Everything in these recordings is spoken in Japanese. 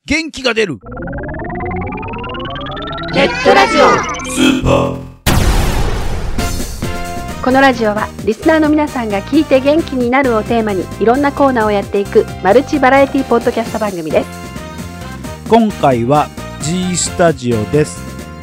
元気が出るネットラジオスーパー。 このラジオはリスナーの皆さんが聞いて元気になるをテーマにいろんなコーナーをやっていくマルチバラエティポッドキャスト番組です。 今回は G スタジオです。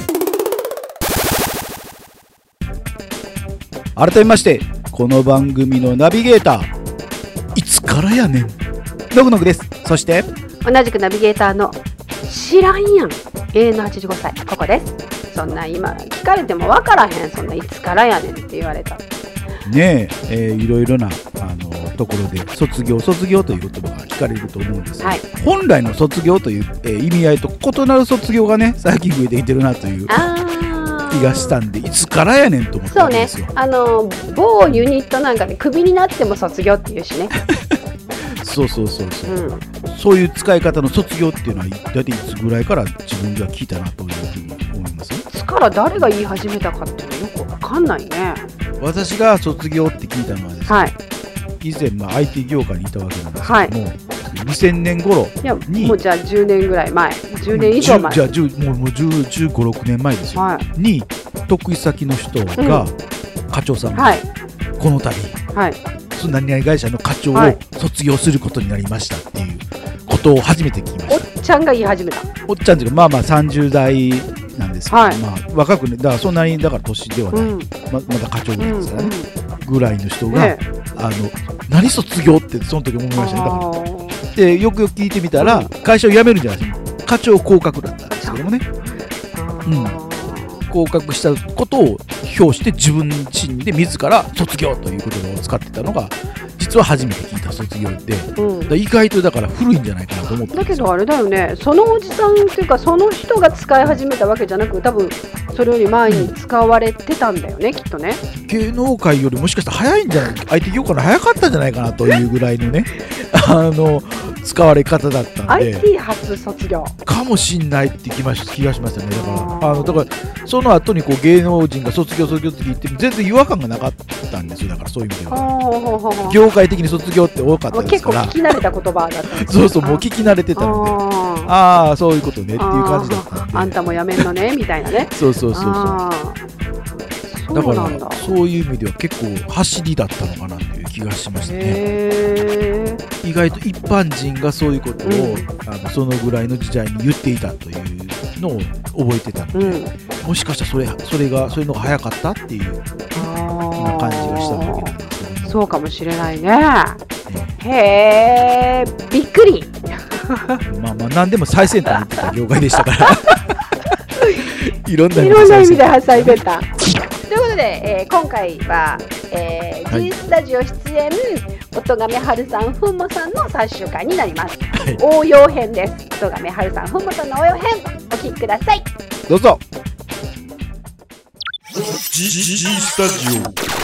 改めましてこの番組のナビゲーターいつからやねんのぐのぐです。そして同じくナビゲーターの知らんやん永遠の85歳ここです。そんな今聞かれても分からへん。そんないつからやねんって言われたねえ、いろいろなところで卒業という言葉が聞かれると思うんですが、はい、本来の卒業という、意味合いと異なる卒業がね最近増えてきてるなという気がしたんで、いつからやねんと思ったんですよ。 そうね、某ユニットなんかでクビになっても卒業っていうしねそう、そういう使い方の卒業っていうのは大体いつぐらいから自分では聞いたなというふうに思います。 いつから誰が言い始めたかっていうのよく分かんないね。 私が卒業って聞いたのはですね、はい、以前、IT 業界にいたわけなんですけども、はい、2000年頃に、 もうじゃあ10年ぐらい前、10年以上前、 じゃあもう15、6年前ですよ、はい、に得意先の人が、課長さんが、はい、この度、はい、何々会社の課長を卒業することになりましたっていうことを初めて聞きました。 おっちゃんが言い始めた。 おっちゃんっていうかまあ30代なんですけど、はい、まあ、若くね、だからそんなにだから年ではない、まだ課長ぐらいですからね、ぐらいの人が、何卒業ってその時思いましたね。だからでよくよく聞いてみたら、会社を辞めるんじゃないですか、課長降格だったんですけどもね、降格したことを表して自分自身で自ら卒業という言葉を使ってたのが実は初めて聞いた卒業で、意外とだから古いんじゃないかなと思って。 だけどあれだよね、そのおじさんっていうかその人が使い始めたわけじゃなく、多分それより前に使われてたんだよね、きっとね。 芸能界よりもしかしたら早いんじゃない、IT 業界の早かったんじゃないかなというぐらいのね使われ方だったんで、 IT 初卒業かもしんないって気がしましたね。だからその後にこう芸能人が卒業って聞いて全然違和感がなかったんですよ。だからそういう意味では業界的に卒業って多かったですから、 結構聞き慣れた言葉だったんです。 そう、もう聞き慣れてたので、ああそういうことねっていう感じだったんで、 あんたもやめんのねみたいなねそうだからそういう意味では結構走りだったのかなという気がしましたね。意外と一般人がそういうことを、そのぐらいの時代に言っていたというのを覚えてたので、もしかしたらそういうのが早かったっていう今感じがしたわけなんですけども、 そうかもしれないね。へー、びっくりまあ何でも最先端に行ってた業界でしたからいろんな意味で最先端ということで、今回は、G スタジオ出演、音亀春さん、ふんもさんの最終回になります、はい、応用編です。音亀春さん、ふんもさんの応用編お聞きください。 どうぞ。 G スタジ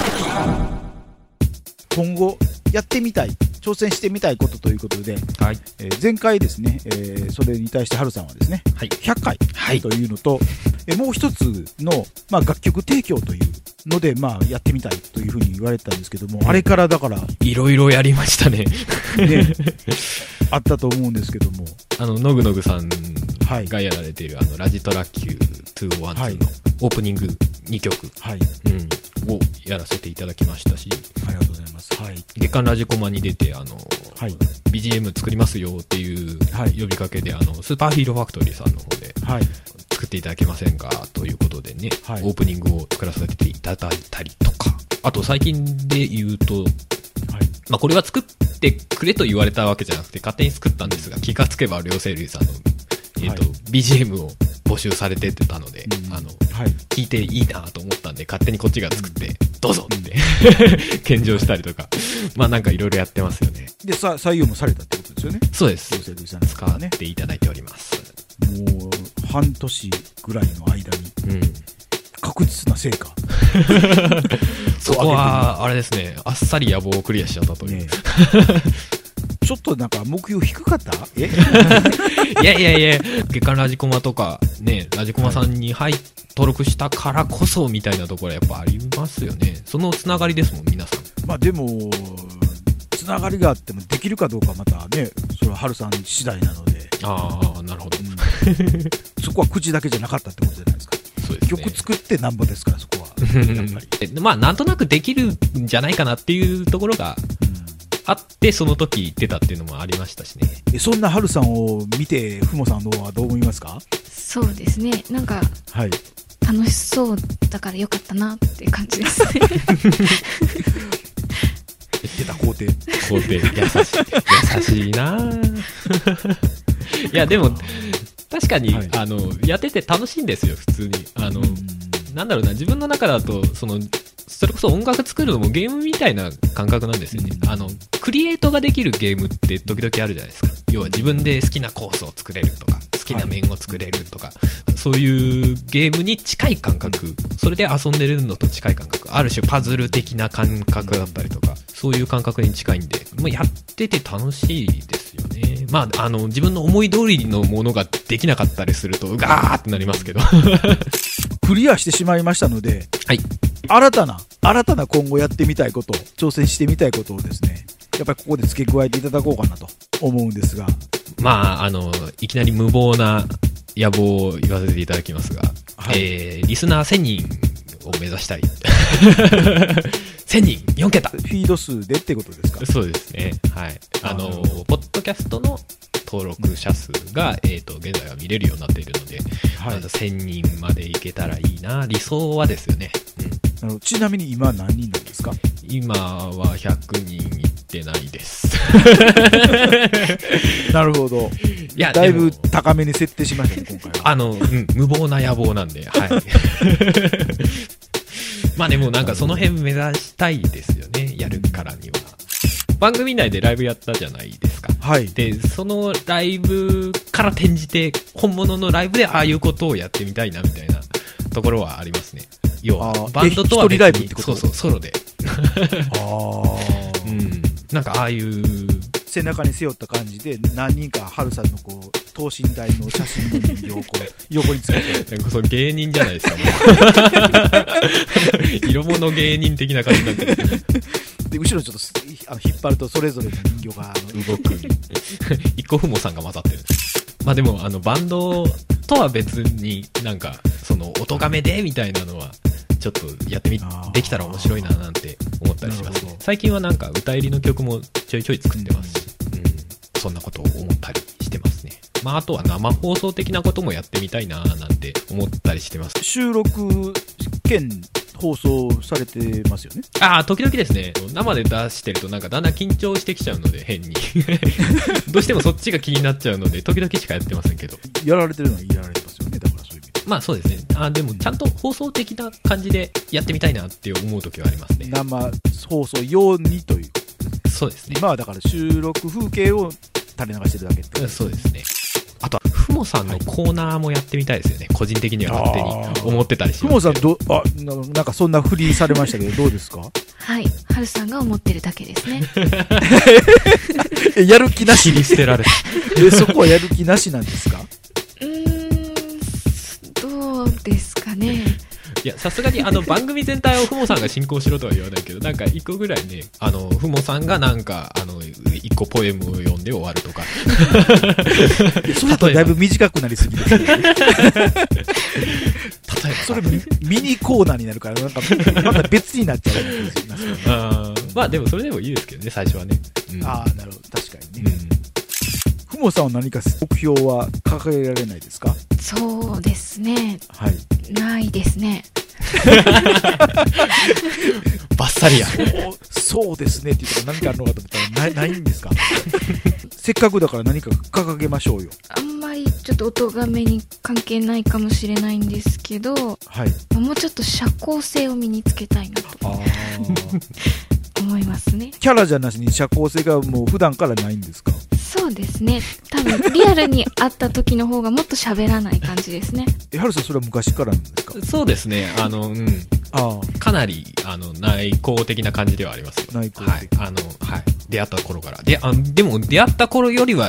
オ、今後やってみたい、挑戦してみたいことということで、はい、前回ですね、それに対して春さんはですね、はい、100回というのと、もう一つの、楽曲提供というので、やってみたいというふうに言われてたんですけども、あれからだからいろいろやりましたねあったと思うんですけども、 のぐのぐさんがやられている、ラジトラ Q201 のオープニング2曲、をやらせていただきましたし、 ありがとうございます。 月刊ラジコマに出てBGM 作りますよっていう呼びかけで、スーパーヒーローファクトリーさんの方で、作っていただけませんかということでね、オープニングを作らせていただいたりとか、あと最近で言うと、これは作ってくれと言われたわけじゃなくて勝手に作ったんですが、気がつけば両生類さんの、BGM を募集されてたので、聞いていいなと思ったんで勝手にこっちが作って、どうぞって献上したりとか、なんかいろいろやってますよね。 で採用もされたってことですよね。 そうです。使っていただいております。 もう半年ぐらいの間に、確実な成果そこはあれですね、あっさり野望をクリアしちゃったという、 ちょっとなんか目標低かった？ いや月刊ラジコマとかね、ラジコマさんに登録したからこそみたいなところはやっぱありますよね。そのつながりですもん、皆さん。 でもつながりがあってもできるかどうかまたね、それは春さん次第なので、 ああ、なるほど。 そこは口だけじゃなかったってことじゃないですか。 そうですね。 曲作ってなんぼですから、そこは。やっぱりまあ、なんとなくできるんじゃないかなっていうところがあって、その時出たっていうのもありましたしね。 そんなハルさんを見て、ふもさんの方はどう思いますか？ そうですね。なんか、はい、楽しそうだからよかったなっていう感じですね。 出た肯定優しいないやでも確かに、はい、やってて楽しいんですよ普通になんだろうな、自分の中だとそれこそ音楽作るのもゲームみたいな感覚なんですよね。クリエイトができるゲームって時々あるじゃないですか。要は自分で好きなコースを作れるとか好きな面を作れるとか、はい、そういうゲームに近い感覚、それで遊んでるのと近い感覚、ある種パズル的な感覚だったりとか、そういう感覚に近いんで、まあ、やってて楽しいですよね。まあ、自分の思い通りのものができなかったりするとガーってなりますけどクリアしてしまいましたので、はい、新たな今後やってみたいこと、挑戦してみたいことをですね、やっぱりここで付け加えていただこうかなと思うんですが、 まあいきなり無謀な野望を言わせていただきますが、はい、リスナー1000人を目指したい1000人4桁フィード数でってことですか？ そうですね、はい。ポッドキャストの登録者数が、現在は見れるようになっているので、はい、まず1000人までいけたらいいな、理想はですよね。 ちなみに今何人なんですか？ 今は100人いってないですなるほど。いやだいぶ高めに設定しましたね今回は。 無謀な野望なんで、はいまあでもなんかその辺目指したいですよね、やるからには。番組内でライブやったじゃないですか。はい。で、そのライブから転じて本物のライブでああいうことをやってみたいなみたいなところはありますね。要はバンドとは別に、 一人ライブってこと？ そうソロでなんかああいう背中に背負った感じで何人かハルさんのこう等身大の写真の人形をこう横につけてなんかそれ芸人じゃないですかもう色物芸人的な感じになってるで後ろにちょっと引っ張るとそれぞれの人形が動く一個ふもさんが混ざってる。まあでもバンドとは別になんかその音がめでみたいなのはちょっとやってできたら面白いななんて思ったりしますね。最近はなんか歌入りの曲もちょいちょい作ってますし、そんなことを思ったりしてますね。まああとは生放送的なこともやってみたいななんて思ったりしてます。 収録兼放送されてますよね。 時々ですね。生で出してるとなんかだんだん緊張してきちゃうので変にどうしてもそっちが気になっちゃうので時々しかやってませんけど。 やられてるのはやられてますよね。だからそういう意味で。 まあそうですね。でもちゃんと放送的な感じでやってみたいなって思う時はありますね。 生放送用にという。 そうですね。 今はだから収録風景を垂れ流してるだけって。 そうですね。あとはふもさんのコーナーもやってみたいですよね。個人的には勝手に思ってたりしますけど。 ふもさんなんかそんな振りされましたけどどうですか？ はい、はるさんが思ってるだけですねやる気なしに捨てられたそこはやる気なしなんですか？ どうですかね。 いやさすがに番組全体をふもさんが進行しろとは言わないけど、なんか一個ぐらいね、ふもさんがなんか一個ポエムを読んで終わるとかそれだとだいぶ短くなりすぎですね例えばそれミニコーナーになるからなんかまた別になっちゃうような気がしますよね。 まあでもそれでもいいですけどね、最初はね。 なるほど、確かにね。ふもさんは何か目標は掲げられないですか？ そうですね、 はい、 ないですねバッサリやそうですねって言ったら何かあるのかと思ったらないんですか？せっかくだから何か掲げましょうよ。 あんまりちょっと音がめに関係ないかもしれないんですけど、はい、もうちょっと社交性を身につけたいなと思いますね。 キャラじゃなしに社交性がもう普段からないんですか？ そうですね、多分リアルに会った時の方がもっと喋らない感じですね。 はるさんそれは昔からなんですか？ そうですね、かなり内向的な感じではありますよ。 内向的、 はい、出会った頃からでも出会った頃よりは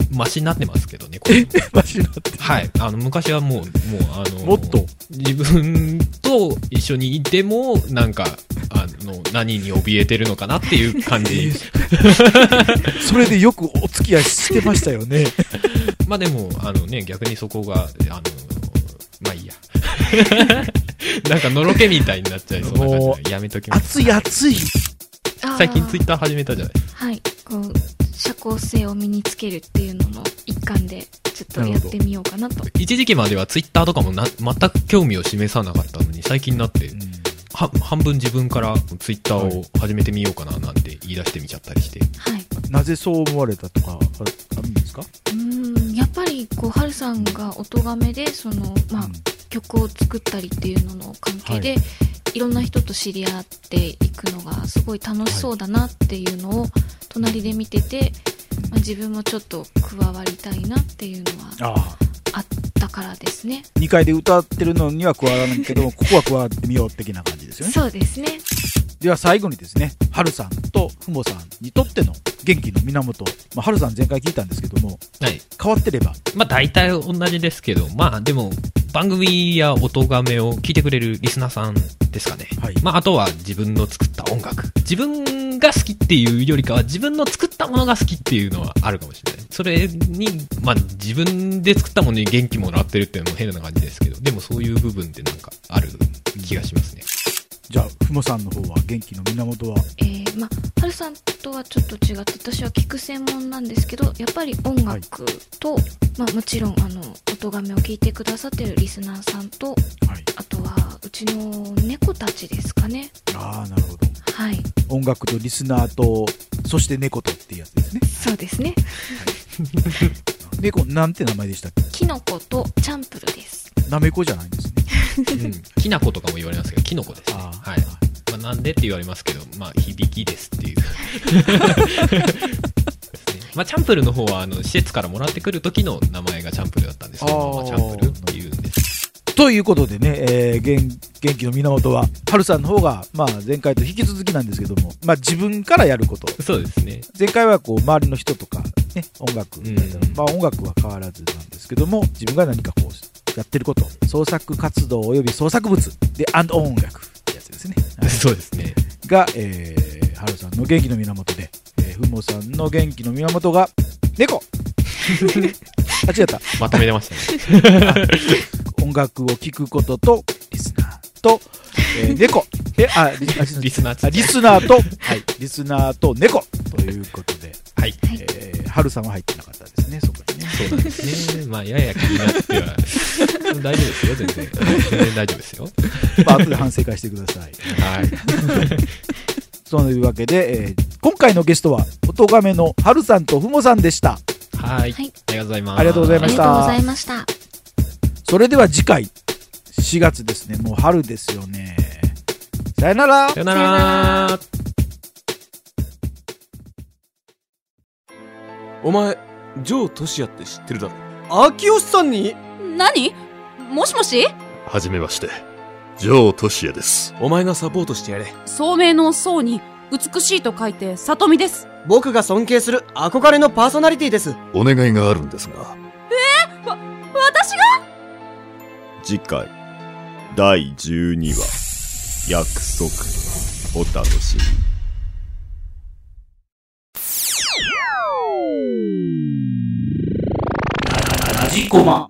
マシになってますけどね、これ。 マシになって。 はい。昔はもうもっと自分と一緒にいても、なんか、何に怯えてるのかなっていう感じ。 それでよくお付き合いしてましたよね。 まあでも、逆にそこが、まあいいや。なんかのろけみたいになっちゃいそうな感じでやめときます。 熱い。 最近ツイッター始めたじゃないですか。 はい。社交性を身につけるっていうのの一環でちょっとやってみようかなと。 一時期まではツイッターとかも全く興味を示さなかったのに、最近になって、半分自分からツイッターを始めてみようかななんて言い出してみちゃったりして。 はい。 なぜそう思われたとかあるんですか？ やっぱりはるさんが音亀で曲を作ったりっていうのの関係で、いろんな人と知り合っていくのがすごい楽しそうだなっていうのを隣で見てて、自分もちょっと加わりたいなっていうのはあったからですね。 2階で歌ってるのには加わらないけどここは加わってみよう的な感じですよね。 そうですね。 では最後にですね、はるさんとふもさんにとっての元気の源、はるさん前回聞いたんですけども、 はい、 変わってれば大体同じですけど、でも番組や音亀を聞いてくれるリスナーさんですかね。はい、あとは自分の作った音楽、自分が好きっていうよりかは自分の作ったものが好きっていうのはあるかもしれない。それに自分で作ったものに元気もらってるっていうのも変な感じですけど、でもそういう部分ってなんかある気がしますね。 じゃあふもさんの方は元気の源は？ はるさんとはちょっと違って、私は聞く専門なんですけど、やっぱり音楽と、もちろん音亀を聞いてくださってるリスナーさんと、あとはうちの猫たちですかね。 なるほど。 はい。 音楽とリスナーとそして猫とっていうやつですね。 そうですね。 猫なんて名前でしたっけ？ キノコとチャンプルです。 なめこじゃないんですね。 きなことかも言われますけど、キノコですね。はい。なんでって言われますけど、響きですっていう。チャンプルの方は施設からもらってくる時の名前がチャンプルだったんですけど、チャンプルっていうんです。 ということでね、元気の源ははるさんの方が前回と引き続きなんですけども、自分からやること。 そうですね。 前回は周りの人とかね、音楽、音楽は変わらずなんですけども、自分が何かやってること、創作活動および創作物で音楽ってやつですね。 そうですね。 が、はるさんの元気の源で、ふもさんの元気の源が猫。違った。 まとめてましたね。 音楽を聴くこととリスナーと、猫。リスナーと、リスナーと猫ということで、はるさんは入ってなかったですね、そこにね。 そうなんですね。やや気になっては大丈夫ですよ、全然大丈夫ですよ。 後で反省会してください。 はい。 そういうわけで、今回のゲストは音亀のはるさんとふもさんでした。 はい。ありがとうございます。 ありがとうございました。 ありがとうございました。 それでは次回4月ですね。もう春ですよね。さよなら。 さよなら。 お前ジョー・トシヤって知ってるだろ？秋吉さんに？ 何？もしもし？ はじめまして、ジョー・トシヤです。 お前がサポートしてやれ。 聡明の聡に美しいと書いて里美です。 僕が尊敬する憧れのパーソナリティです。 お願いがあるんですが。 私が？ 次回第12話約束、お楽しみ。 ラジコマ。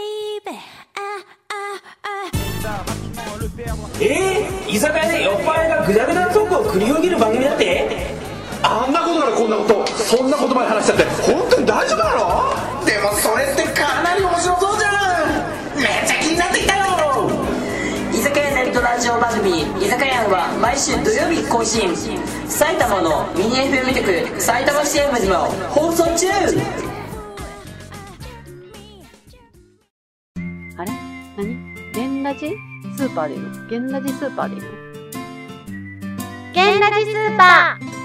居酒屋で酔っ払いがグダグダトークを繰り広げる番組だって？ あんなことからこんなこと、そんな言葉で話しちゃって本当に大丈夫なの？でもそれってかなり面白そうじゃん。めっちゃ気になってきたよ。 居酒屋ネットラジオ番組居酒屋は毎週土曜日更新。埼玉のミニ FM 局埼玉 CM でも放送中。 あれ？何？ゲンラジスーパーでいいの？ゲンラジスーパーでいいの？ ゲンラジスーパー。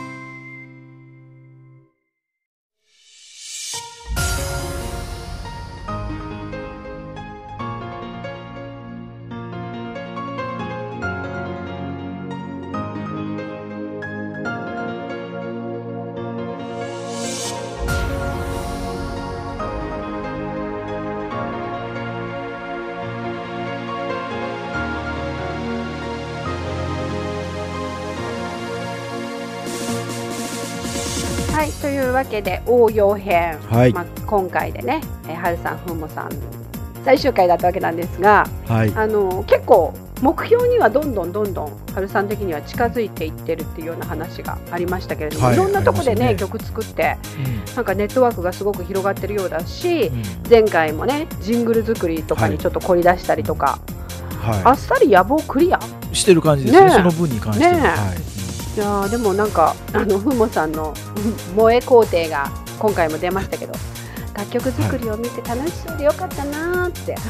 はい、というわけで応用編、 はい、 今回でね、はるさんふんもさん最終回だったわけなんですが、はい、結構目標にはどんどんはるさん的には近づいていってるっていうような話がありましたけれども、はい、いろんなとこでね曲作って、なんかネットワークがすごく広がってるようだし、前回もねジングル作りとかにちょっと凝り出したりとか、あっさり野望クリアしてる感じですね、その分に関しては、 いやでもなんかふもさんの萌え工程が今回も出ましたけど、楽曲作りを見て楽しそうでよかったなーって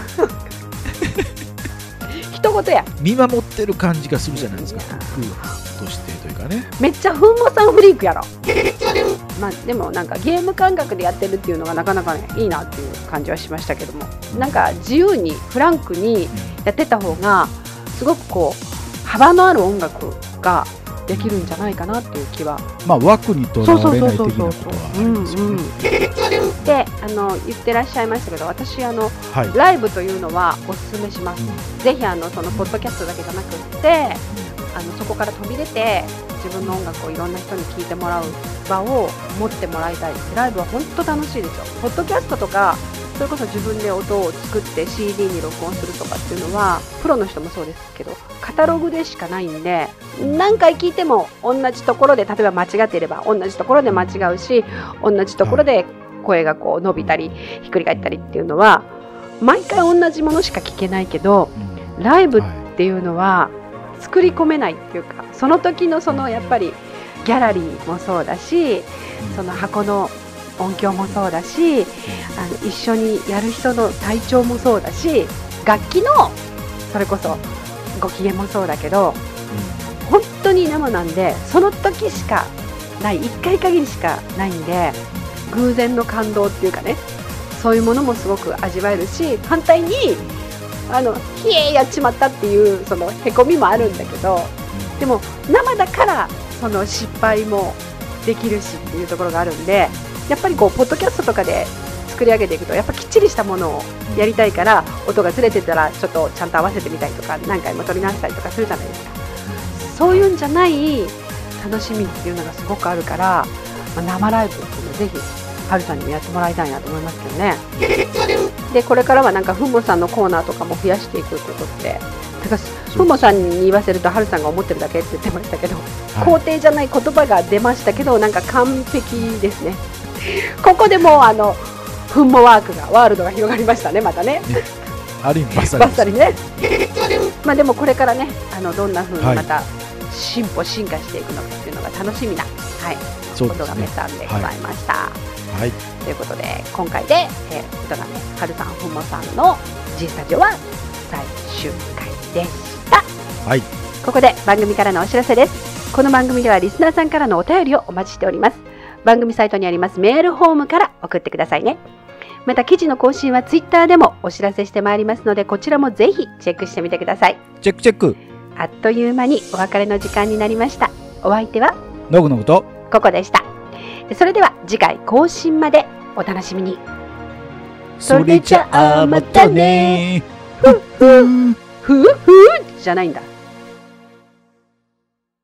一言や見守ってる感じがするじゃないですか、夫婦としてというかね。 めっちゃふんもさんフリークやろでもなんかゲーム感覚でやってるっていうのがなかなかねいいなっていう感じはしましたけども、なんか自由にフランクにやってた方がすごくこう幅のある音楽ができるんじゃないかなっていう気は、 枠にとらわれない的なことはありますよね。 で言ってらっしゃいましたけど、私ライブというのはおすすめします、ぜひそのポッドキャストだけじゃなくってそこから飛び出て自分の音楽をいろんな人に聴いてもらう場を持ってもらいたいです。ライブは本当楽しいですよ。ポッドキャストとかそれこそ自分で音を作って CD に録音するとかっていうのはプロの人もそうですけどカタログでしかないんで、何回聴いても同じところで例えば間違っていれば同じところで間違うし、同じところで声がこう伸びたりひっくり返ったりっていうのは毎回同じものしか聴けないけど、ライブっていうのは作り込めないっていうか、その時のそのやっぱりギャラリーもそうだし、その箱の音響もそうだし、一緒にやる人の体調もそうだし、楽器のそれこそご機嫌もそうだけど、本当に生なんでその時しかない1回限りしかないんで、偶然の感動っていうかね、そういうものもすごく味わえるし、反対にひえやっちまったっていうそのへこみもあるんだけど、でも生だからその失敗もできるしっていうところがあるんで、やっぱりこうポッドキャストとかで作り上げていくとやっぱきっちりしたものをやりたいから、音がずれてたらちょっとちゃんと合わせてみたりとか何回も撮り直したりとかするじゃないですか。そういうんじゃない楽しみっていうのがすごくあるから、生ライブっていうのをぜひはるさんにもやってもらいたいなと思いますけどね。でこれからはなんかふもさんのコーナーとかも増やしていくということで、ふもさんに言わせるとはるさんが思ってるだけって言ってましたけど、肯定じゃない言葉が出ましたけど、なんか完璧ですね。ここでもふんもワールドが広がりましたね、またね。 ある意味バッサリね。でもこれからねどんな風にまた進化していくのかっていうのが楽しみな、音がめさんでございました。ということで今回で音がめはるさんふもさんの G スタジオは最終回でした。ここで番組からのお知らせです。この番組ではリスナーさんからのお便りをお待ちしております。番組サイトにありますメールフォームから送ってくださいね。また記事の更新はツイッターでもお知らせしてまいりますので、こちらもぜひチェックしてみてください。 チェック。 あっという間にお別れの時間になりました。お相手はのぐのぐとここでした。それでは次回更新までお楽しみに。 それじゃあまたね。 ふふじゃないんだ。